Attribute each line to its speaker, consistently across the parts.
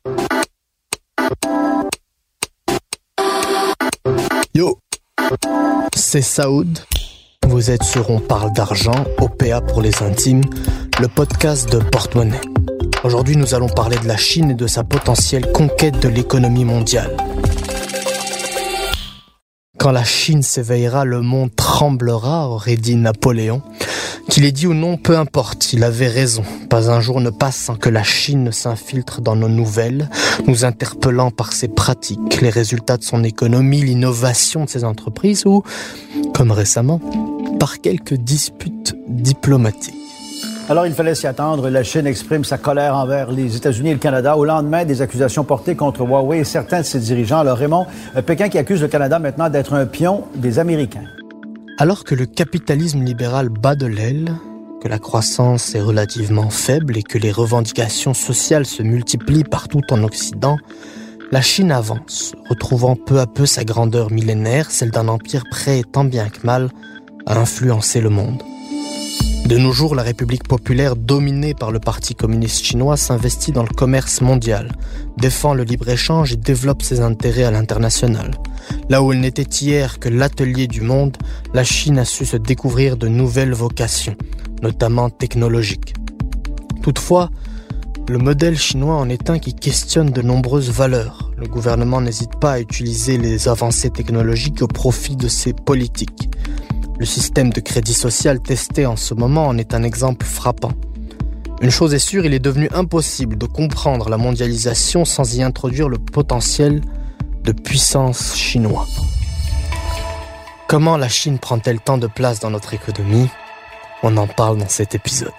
Speaker 1: Yo, c'est Saoud. Vous êtes sur On parle d'argent, OPA pour les intimes, le podcast de Porte-Monnaie. Aujourd'hui, nous allons parler de la Chine et de sa potentielle conquête de l'économie mondiale. Quand la Chine s'éveillera, le monde tremblera, aurait dit Napoléon. Qu'il ait dit ou non, peu importe, il avait raison. Pas un jour ne passe sans que la Chine ne s'infiltre dans nos nouvelles, nous interpellant par ses pratiques, les résultats de son économie, l'innovation de ses entreprises ou, comme récemment, par quelques disputes diplomatiques.
Speaker 2: Alors, il fallait s'y attendre. La Chine exprime sa colère envers les États-Unis et le Canada au lendemain des accusations portées contre Huawei et certains de ses dirigeants. Alors, Raymond, Pékin qui accuse le Canada maintenant d'être un pion des Américains.
Speaker 1: Alors que le capitalisme libéral bat de l'aile, que la croissance est relativement faible et que les revendications sociales se multiplient partout en Occident, la Chine avance, retrouvant peu à peu sa grandeur millénaire, celle d'un empire prêt tant bien que mal à influencer le monde. De nos jours, la République populaire, dominée par le Parti communiste chinois, s'investit dans le commerce mondial, défend le libre-échange et développe ses intérêts à l'international. Là où elle n'était hier que l'atelier du monde, la Chine a su se découvrir de nouvelles vocations, notamment technologiques. Toutefois, le modèle chinois en est un qui questionne de nombreuses valeurs. Le gouvernement n'hésite pas à utiliser les avancées technologiques au profit de ses politiques. Le système de crédit social testé en ce moment en est un exemple frappant. Une chose est sûre, il est devenu impossible de comprendre la mondialisation sans y introduire le potentiel de puissance chinois. Comment la Chine prend-elle tant de place dans notre économie ? On en parle dans cet épisode.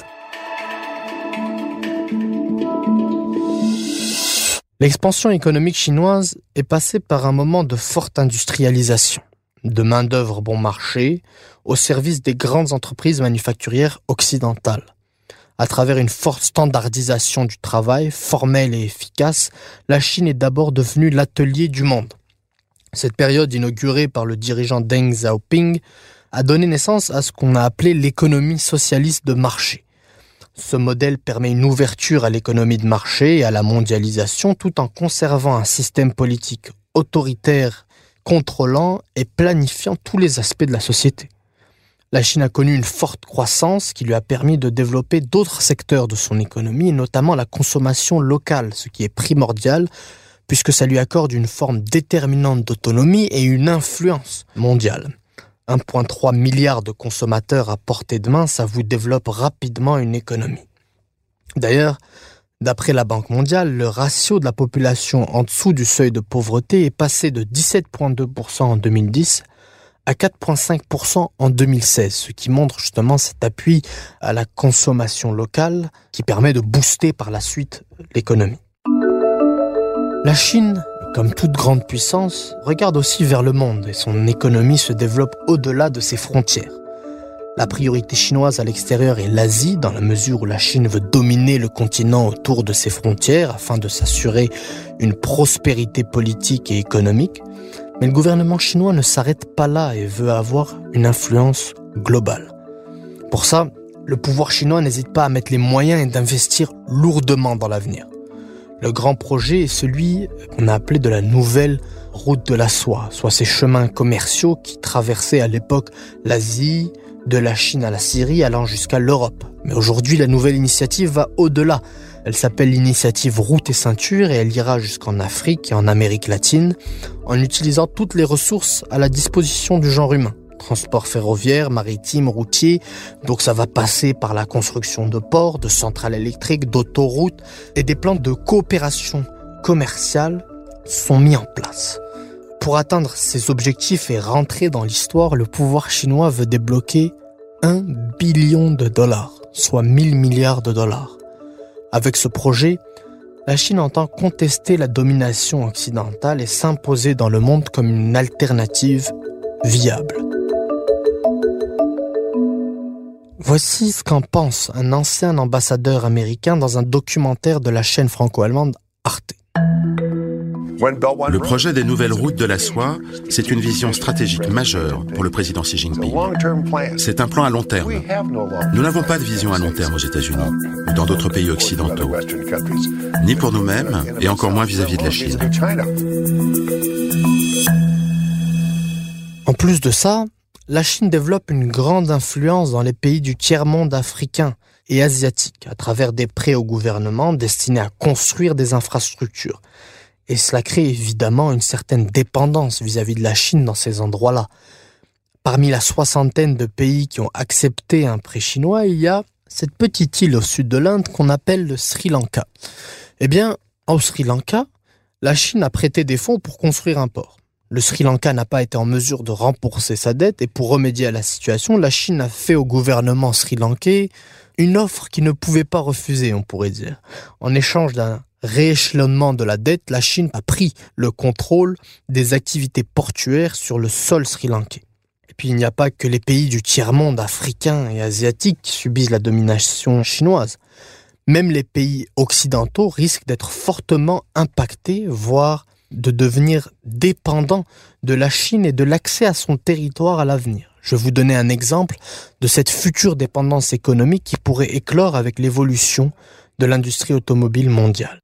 Speaker 1: L'expansion économique chinoise est passée par un moment de forte industrialisation, de main-d'œuvre bon marché, au service des grandes entreprises manufacturières occidentales. À travers une forte standardisation du travail, formelle et efficace, la Chine est d'abord devenue l'atelier du monde. Cette période, inaugurée par le dirigeant Deng Xiaoping, a donné naissance à ce qu'on a appelé l'économie socialiste de marché. Ce modèle permet une ouverture à l'économie de marché et à la mondialisation tout en conservant un système politique autoritaire, contrôlant et planifiant tous les aspects de la société. La Chine a connu une forte croissance qui lui a permis de développer d'autres secteurs de son économie, et notamment la consommation locale, ce qui est primordial puisque ça lui accorde une forme déterminante d'autonomie et une influence mondiale. 1,3 milliard de consommateurs à portée de main, ça vous développe rapidement une économie. D'ailleurs, d'après la Banque mondiale, le ratio de la population en dessous du seuil de pauvreté est passé de 17,2% en 2010 à 4,5% en 2016, ce qui montre justement cet appui à la consommation locale qui permet de booster par la suite l'économie. La Chine, comme toute grande puissance, regarde aussi vers le monde et son économie se développe au-delà de ses frontières. La priorité chinoise à l'extérieur est l'Asie, dans la mesure où la Chine veut dominer le continent autour de ses frontières afin de s'assurer une prospérité politique et économique. Mais le gouvernement chinois ne s'arrête pas là et veut avoir une influence globale. Pour ça, le pouvoir chinois n'hésite pas à mettre les moyens et d'investir lourdement dans l'avenir. Le grand projet est celui qu'on a appelé de la nouvelle route de la soie, soit ces chemins commerciaux qui traversaient à l'époque l'Asie, de la Chine à la Syrie, allant jusqu'à l'Europe. Mais aujourd'hui, la nouvelle initiative va au-delà. Elle s'appelle l'initiative Route et Ceinture et elle ira jusqu'en Afrique et en Amérique latine en utilisant toutes les ressources à la disposition du genre humain. Transport ferroviaire, maritime, routier, donc ça va passer par la construction de ports, de centrales électriques, d'autoroutes et des plans de coopération commerciale sont mis en place. Pour atteindre ces objectifs et rentrer dans l'histoire, le pouvoir chinois veut débloquer 1 billion de dollars, soit 1000 milliards de dollars. Avec ce projet, la Chine entend contester la domination occidentale et s'imposer dans le monde comme une alternative viable. Voici ce qu'en pense un ancien ambassadeur américain dans un documentaire de la chaîne franco-allemande Arte.
Speaker 3: Le projet des nouvelles routes de la soie, c'est une vision stratégique majeure pour le président Xi Jinping. C'est un plan à long terme. Nous n'avons pas de vision à long terme aux États-Unis ou dans d'autres pays occidentaux, ni pour nous-mêmes et encore moins vis-à-vis de la Chine.
Speaker 1: En plus de ça, la Chine développe une grande influence dans les pays du tiers-monde africain et asiatique à travers des prêts au gouvernement destinés à construire des infrastructures. Et cela crée évidemment une certaine dépendance vis-à-vis de la Chine dans ces endroits-là. Parmi la 60aine de pays qui ont accepté un prêt chinois, il y a cette petite île au sud de l'Inde qu'on appelle le Sri Lanka. Eh bien, au Sri Lanka, la Chine a prêté des fonds pour construire un port. Le Sri Lanka n'a pas été en mesure de rembourser sa dette et pour remédier à la situation, la Chine a fait au gouvernement sri-lankais une offre qu'il ne pouvait pas refuser, on pourrait dire. En échange d'un rééchelonnement de la dette, la Chine a pris le contrôle des activités portuaires sur le sol sri-lankais. Et puis il n'y a pas que les pays du tiers-monde africain et asiatique qui subissent la domination chinoise. Même les pays occidentaux risquent d'être fortement impactés, voire de devenir dépendants de la Chine et de l'accès à son territoire à l'avenir. Je vais vous donner un exemple de cette future dépendance économique qui pourrait éclore avec l'évolution de l'industrie automobile mondiale.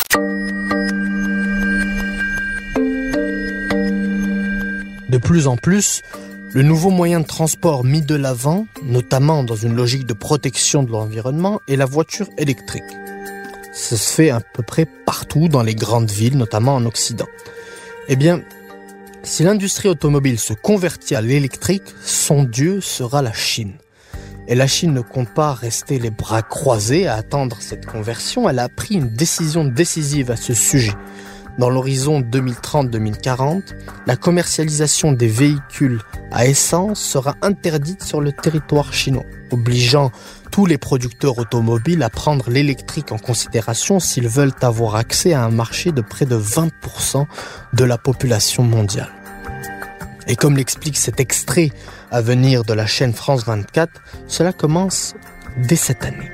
Speaker 1: De plus en plus, le nouveau moyen de transport mis de l'avant, notamment dans une logique de protection de l'environnement, est la voiture électrique. Ça se fait à peu près partout dans les grandes villes, notamment en Occident. Eh bien, si l'industrie automobile se convertit à l'électrique, son dieu sera la Chine. Et la Chine ne compte pas rester les bras croisés à attendre cette conversion, elle a pris une décision décisive à ce sujet. Dans l'horizon 2030-2040, la commercialisation des véhicules à essence sera interdite sur le territoire chinois, obligeant tous les producteurs automobiles à prendre l'électrique en considération s'ils veulent avoir accès à un marché de près de 20% de la population mondiale. Et comme l'explique cet extrait à venir de la chaîne France 24, cela commence dès cette année.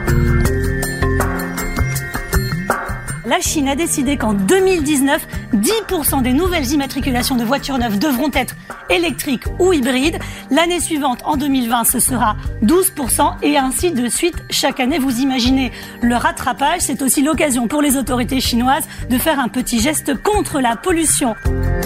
Speaker 4: La Chine a décidé qu'en 2019, 10% des nouvelles immatriculations de voitures neuves devront être électriques ou hybrides. L'année suivante, en 2020, ce sera 12% et ainsi de suite chaque année. Vous imaginez le rattrapage. C'est aussi l'occasion pour les autorités chinoises de faire un petit geste contre la pollution.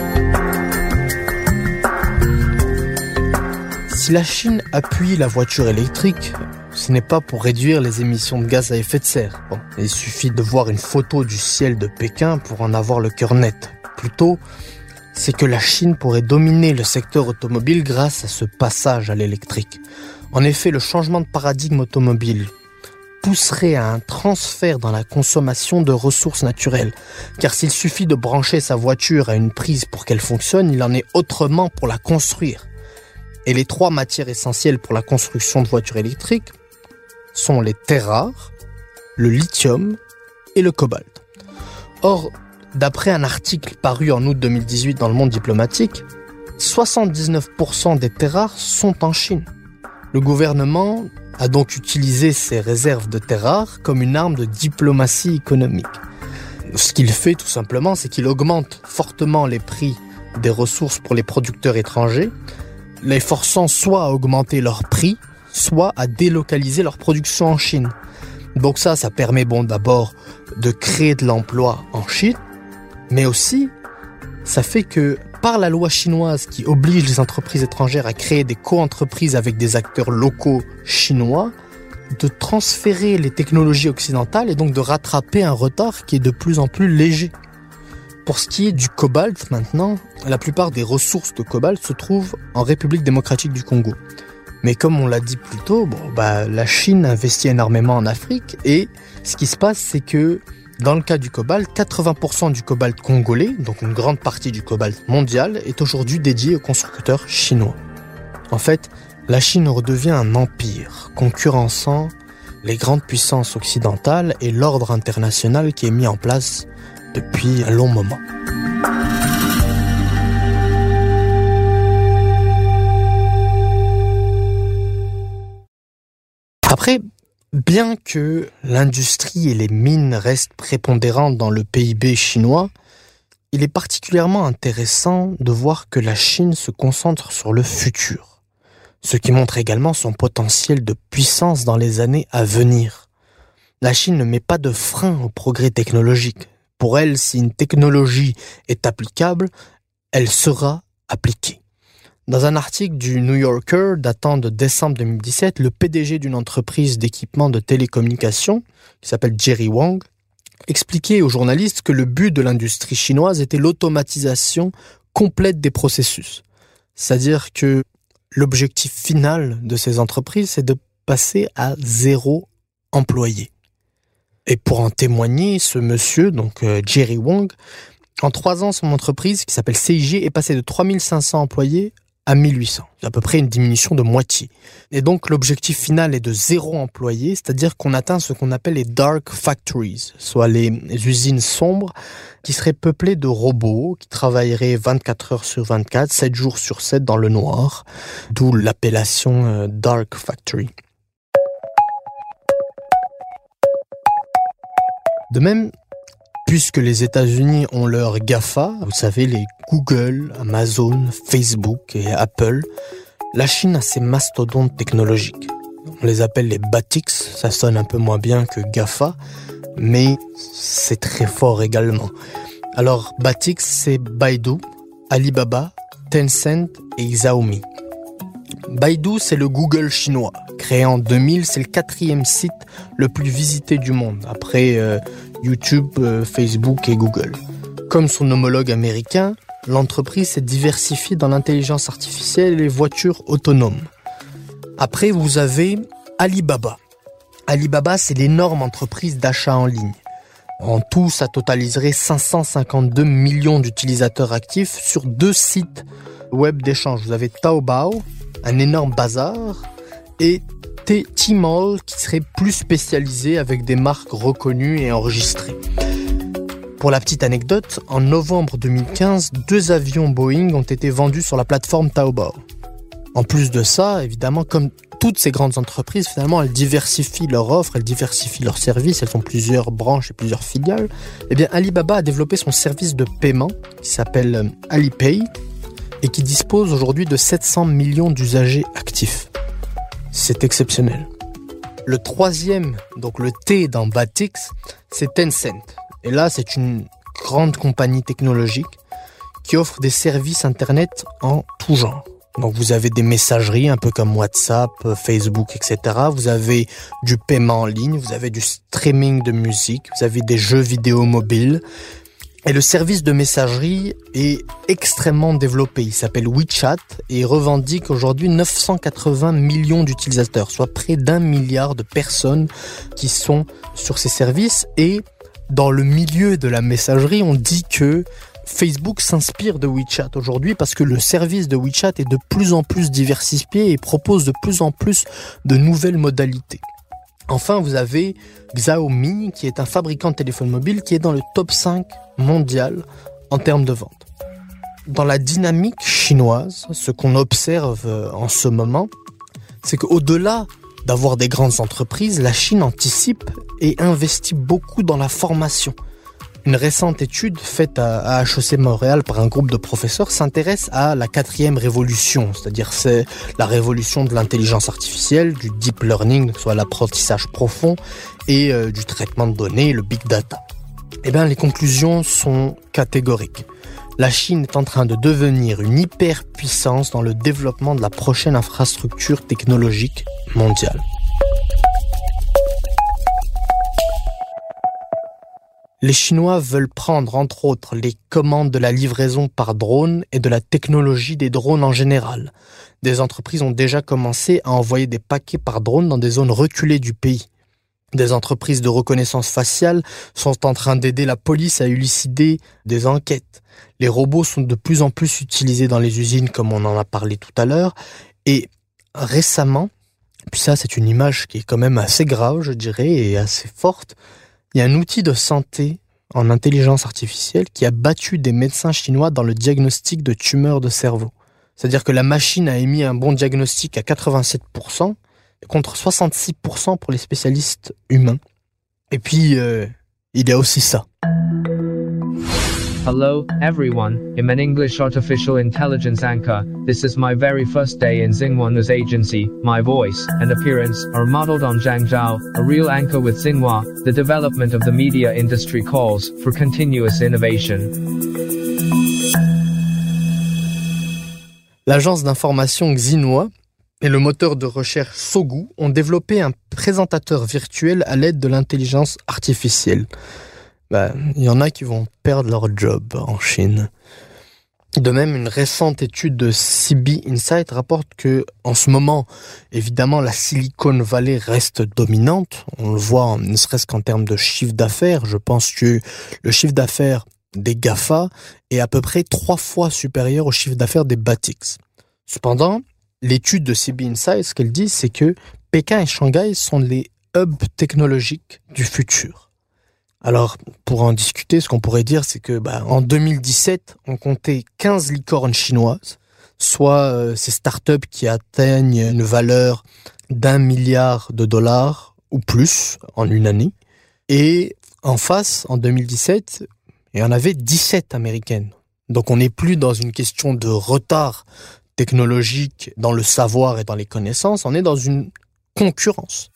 Speaker 1: Si la Chine appuie la voiture électrique, ce n'est pas pour réduire les émissions de gaz à effet de serre. Bon, il suffit de voir une photo du ciel de Pékin pour en avoir le cœur net. Plutôt, c'est que la Chine pourrait dominer le secteur automobile grâce à ce passage à l'électrique. En effet, le changement de paradigme automobile pousserait à un transfert dans la consommation de ressources naturelles. Car s'il suffit de brancher sa voiture à une prise pour qu'elle fonctionne, il en est autrement pour la construire. Et les 3 matières essentielles pour la construction de voitures électriques sont les terres rares, le lithium et le cobalt. Or, d'après un article paru en août 2018 dans le Monde diplomatique, 79% des terres rares sont en Chine. Le gouvernement a donc utilisé ces réserves de terres rares comme une arme de diplomatie économique. Ce qu'il fait tout simplement, c'est qu'il augmente fortement les prix des ressources pour les producteurs étrangers, les forçant soit à augmenter leur prix, soit à délocaliser leur production en Chine. Donc ça permet d'abord de créer de l'emploi en Chine, mais aussi ça fait que par la loi chinoise qui oblige les entreprises étrangères à créer des co-entreprises avec des acteurs locaux chinois, de transférer les technologies occidentales et donc de rattraper un retard qui est de plus en plus léger. Pour ce qui est du cobalt maintenant, la plupart des ressources de cobalt se trouvent en République démocratique du Congo. Mais comme on l'a dit plus tôt, la Chine investit énormément en Afrique et ce qui se passe, c'est que dans le cas du cobalt, 80% du cobalt congolais, donc une grande partie du cobalt mondial, est aujourd'hui dédié aux constructeurs chinois. En fait, la Chine redevient un empire, concurrençant les grandes puissances occidentales et l'ordre international qui est mis en place depuis un long moment. Après, bien que l'industrie et les mines restent prépondérantes dans le PIB chinois, il est particulièrement intéressant de voir que la Chine se concentre sur le futur, ce qui montre également son potentiel de puissance dans les années à venir. La Chine ne met pas de frein au progrès technologique. Pour elle, si une technologie est applicable, elle sera appliquée. Dans un article du New Yorker datant de décembre 2017, le PDG d'une entreprise d'équipement de télécommunications, qui s'appelle Jerry Wang, expliquait aux journalistes que le but de l'industrie chinoise était l'automatisation complète des processus. C'est-à-dire que l'objectif final de ces entreprises, c'est de passer à 0 employé. Et pour en témoigner, ce monsieur, donc Jerry Wang, en 3 ans, son entreprise, qui s'appelle CIG, est passée de 3500 employés à 1800. C'est à peu près une diminution de moitié. Et donc, l'objectif final est de 0 employé, c'est-à-dire qu'on atteint ce qu'on appelle les dark factories, soit les usines sombres qui seraient peuplées de robots qui travailleraient 24 heures sur 24, 7 jours sur 7 dans le noir, d'où l'appellation dark factory. De même, puisque les États-Unis ont leurs GAFA, vous savez, les Google, Amazon, Facebook et Apple, la Chine a ses mastodontes technologiques. On les appelle les BATIX, ça sonne un peu moins bien que GAFA, mais c'est très fort également. Alors, BATIX, c'est Baidu, Alibaba, Tencent et Xiaomi. Baidu, c'est le Google chinois. Créé en 2000, c'est le 4e site le plus visité du monde, après YouTube, Facebook et Google. Comme son homologue américain, l'entreprise s'est diversifiée dans l'intelligence artificielle et les voitures autonomes. Après, vous avez Alibaba. Alibaba, c'est l'énorme entreprise d'achat en ligne. En tout, ça totaliserait 552 millions d'utilisateurs actifs sur 2 sites web d'échange. Vous avez Taobao, un énorme bazar, et Tmall qui serait plus spécialisé avec des marques reconnues et enregistrées. Pour la petite anecdote, en novembre 2015, 2 avions Boeing ont été vendus sur la plateforme Taobao. En plus de ça, évidemment, comme toutes ces grandes entreprises, finalement, elles diversifient leur offre, elles diversifient leurs services, elles font plusieurs branches et plusieurs filiales. Eh bien, Alibaba a développé son service de paiement qui s'appelle Alipay et qui dispose aujourd'hui de 700 millions d'usagers actifs. C'est exceptionnel. Le 3e, donc le T dans BATIX, c'est Tencent. Et là, c'est une grande compagnie technologique qui offre des services internet en tout genre. Donc vous avez des messageries un peu comme WhatsApp, Facebook, etc. Vous avez du paiement en ligne, vous avez du streaming de musique, vous avez des jeux vidéo mobiles. Et le service de messagerie est extrêmement développé. Il s'appelle WeChat et il revendique aujourd'hui 980 millions d'utilisateurs, soit près d'1 milliard de personnes qui sont sur ces services. Et dans le milieu de la messagerie, on dit que Facebook s'inspire de WeChat aujourd'hui parce que le service de WeChat est de plus en plus diversifié et propose de plus en plus de nouvelles modalités. Enfin, vous avez Xiaomi, qui est un fabricant de téléphones mobiles qui est dans le top 5 mondial en termes de vente. Dans la dynamique chinoise, ce qu'on observe en ce moment, c'est qu'au-delà d'avoir des grandes entreprises, la Chine anticipe et investit beaucoup dans la formation. Une récente étude faite à HEC Montréal par un groupe de professeurs s'intéresse à la 4e révolution, c'est-à-dire c'est la révolution de l'intelligence artificielle, du deep learning, soit l'apprentissage profond, et du traitement de données, le big data. Eh bien, les conclusions sont catégoriques. La Chine est en train de devenir une hyperpuissance dans le développement de la prochaine infrastructure technologique mondiale. Les Chinois veulent prendre, entre autres, les commandes de la livraison par drone et de la technologie des drones en général. Des entreprises ont déjà commencé à envoyer des paquets par drone dans des zones reculées du pays. Des entreprises de reconnaissance faciale sont en train d'aider la police à élucider des enquêtes. Les robots sont de plus en plus utilisés dans les usines, comme on en a parlé tout à l'heure. Et récemment, puis ça c'est une image qui est quand même assez grave, je dirais, et assez forte, il y a un outil de santé en intelligence artificielle qui a battu des médecins chinois dans le diagnostic de tumeurs de cerveau. C'est-à-dire que la machine a émis un bon diagnostic à 87%, contre 66% pour les spécialistes humains. Et puis, il y a aussi ça.
Speaker 5: Hello, everyone. I'm an English artificial intelligence anchor. This is my very first day in Xinhua News Agency. My voice and appearance are modeled on Zhang Zhao, a real anchor with Xinhua. The development of the media industry calls for continuous innovation.
Speaker 1: L'agence d'information Xinhua et le moteur de recherche Sogou ont développé un présentateur virtuel à l'aide de l'intelligence artificielle. Il y en a qui vont perdre leur job en Chine. De même, une récente étude de CB Insight rapporte que, en ce moment, évidemment, la Silicon Valley reste dominante. On le voit, ne serait-ce qu'en termes de chiffre d'affaires. Je pense que le chiffre d'affaires des GAFA est à peu près 3 fois supérieur au chiffre d'affaires des Batix. Cependant, l'étude de CB Insight, ce qu'elle dit, c'est que Pékin et Shanghai sont les hubs technologiques du futur. Alors, pour en discuter, ce qu'on pourrait dire, c'est que en 2017, on comptait 15 licornes chinoises, soit ces startups qui atteignent une valeur d'1 milliard de dollars ou plus en une année. Et en face, en 2017, il y en avait 17 américaines. Donc on n'est plus dans une question de retard technologique dans le savoir et dans les connaissances, on est dans une concurrence.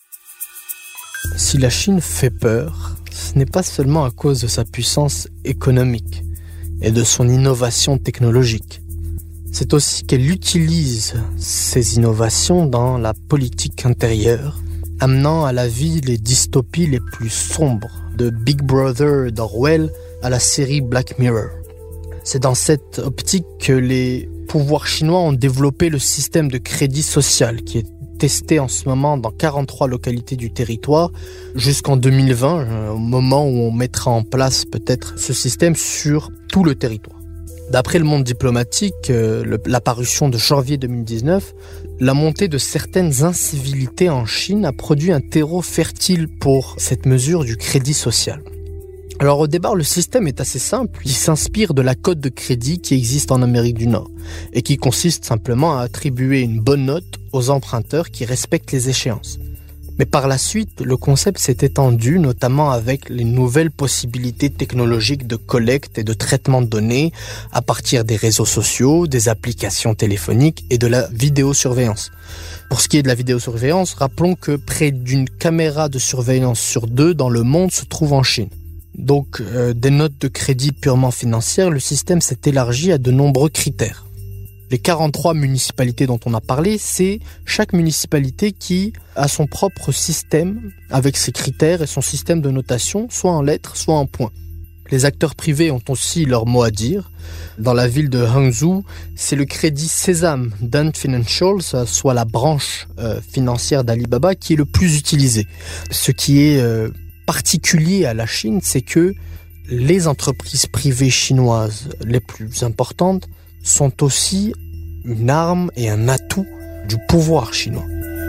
Speaker 1: Si la Chine fait peur, ce n'est pas seulement à cause de sa puissance économique et de son innovation technologique. C'est aussi qu'elle utilise ces innovations dans la politique intérieure, amenant à la vie les dystopies les plus sombres, de Big Brother d'Orwell à la série Black Mirror. C'est dans cette optique que les pouvoirs chinois ont développé le système de crédit social qui est testé en ce moment dans 43 localités du territoire jusqu'en 2020, au moment où on mettra en place peut-être ce système sur tout le territoire. D'après le monde diplomatique, la parution de janvier 2019, la montée de certaines incivilités en Chine a produit un terreau fertile pour cette mesure du crédit social. Alors au départ, le système est assez simple. Il s'inspire de la cote de crédit qui existe en Amérique du Nord et qui consiste simplement à attribuer une bonne note aux emprunteurs qui respectent les échéances. Mais par la suite, le concept s'est étendu, notamment avec les nouvelles possibilités technologiques de collecte et de traitement de données à partir des réseaux sociaux, des applications téléphoniques et de la vidéosurveillance. Pour ce qui est de la vidéosurveillance, rappelons que près d'une caméra de surveillance sur 2 dans le monde se trouve en Chine. Donc, des notes de crédit purement financières, le système s'est élargi à de nombreux critères. Les 43 municipalités dont on a parlé, c'est chaque municipalité qui a son propre système avec ses critères et son système de notation, soit en lettres, soit en points. Les acteurs privés ont aussi leur mot à dire. Dans la ville de Hangzhou, c'est le crédit Sésame d'Ant Financial, soit la branche financière d'Alibaba, qui est le plus utilisé. Ce qui est particulier à la Chine, c'est que les entreprises privées chinoises les plus importantes sont aussi une arme et un atout du pouvoir chinois.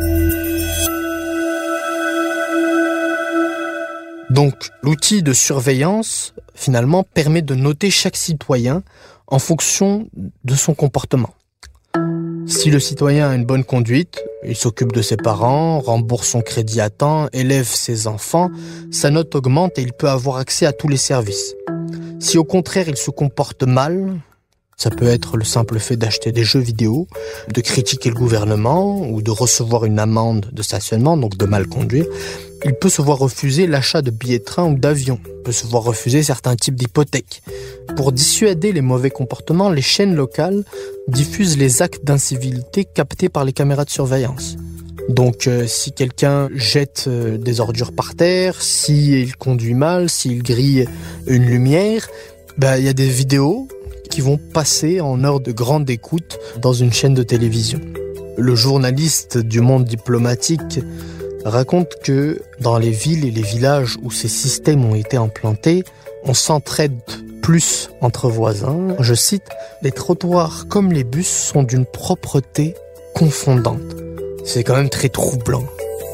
Speaker 1: Donc, l'outil de surveillance, finalement, permet de noter chaque citoyen en fonction de son comportement. Si le citoyen a une bonne conduite, il s'occupe de ses parents, rembourse son crédit à temps, élève ses enfants, sa note augmente et il peut avoir accès à tous les services. Si au contraire il se comporte mal, ça peut être le simple fait d'acheter des jeux vidéo, de critiquer le gouvernement ou de recevoir une amende de stationnement, donc de mal conduire, il peut se voir refuser l'achat de billets de train ou d'avion, il peut se voir refuser certains types d'hypothèques. Pour dissuader les mauvais comportements, les chaînes locales diffusent les actes d'incivilité captés par les caméras de surveillance. Donc si quelqu'un jette des ordures par terre, s'il conduit mal, s'il grille une lumière, il y a des vidéos qui vont passer en heure de grande écoute dans une chaîne de télévision. Le journaliste du monde diplomatique raconte que dans les villes et les villages où ces systèmes ont été implantés, on s'entraide plus entre voisins. Je cite, « Les trottoirs comme les bus sont d'une propreté confondante ». C'est quand même très troublant.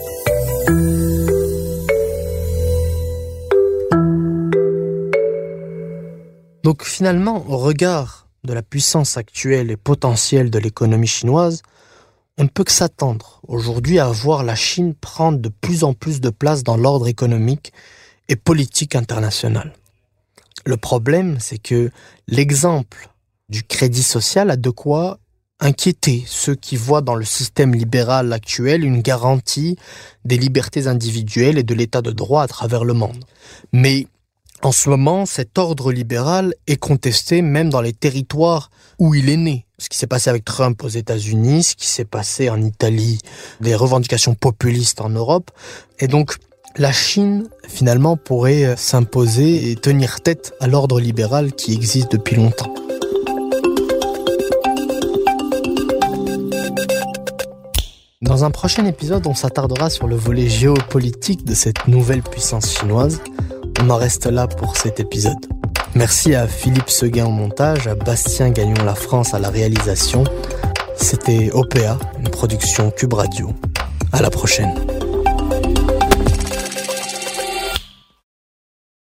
Speaker 1: Donc finalement, au regard de la puissance actuelle et potentielle de l'économie chinoise, on ne peut que s'attendre aujourd'hui à voir la Chine prendre de plus en plus de place dans l'ordre économique et politique international. Le problème, c'est que l'exemple du crédit social a de quoi inquiéter ceux qui voient dans le système libéral actuel une garantie des libertés individuelles et de l'état de droit à travers le monde. Mais en ce moment, cet ordre libéral est contesté même dans les territoires où il est né. Ce qui s'est passé avec Trump aux États-Unis, ce qui s'est passé en Italie, des revendications populistes en Europe. Et donc, la Chine, finalement, pourrait s'imposer et tenir tête à l'ordre libéral qui existe depuis longtemps. Dans un prochain épisode, on s'attardera sur le volet géopolitique de cette nouvelle puissance chinoise. On en reste là pour cet épisode. Merci à Philippe Seguin au montage, à Bastien Gagnon La France à la réalisation. C'était OPA, une production Cube Radio. À la prochaine.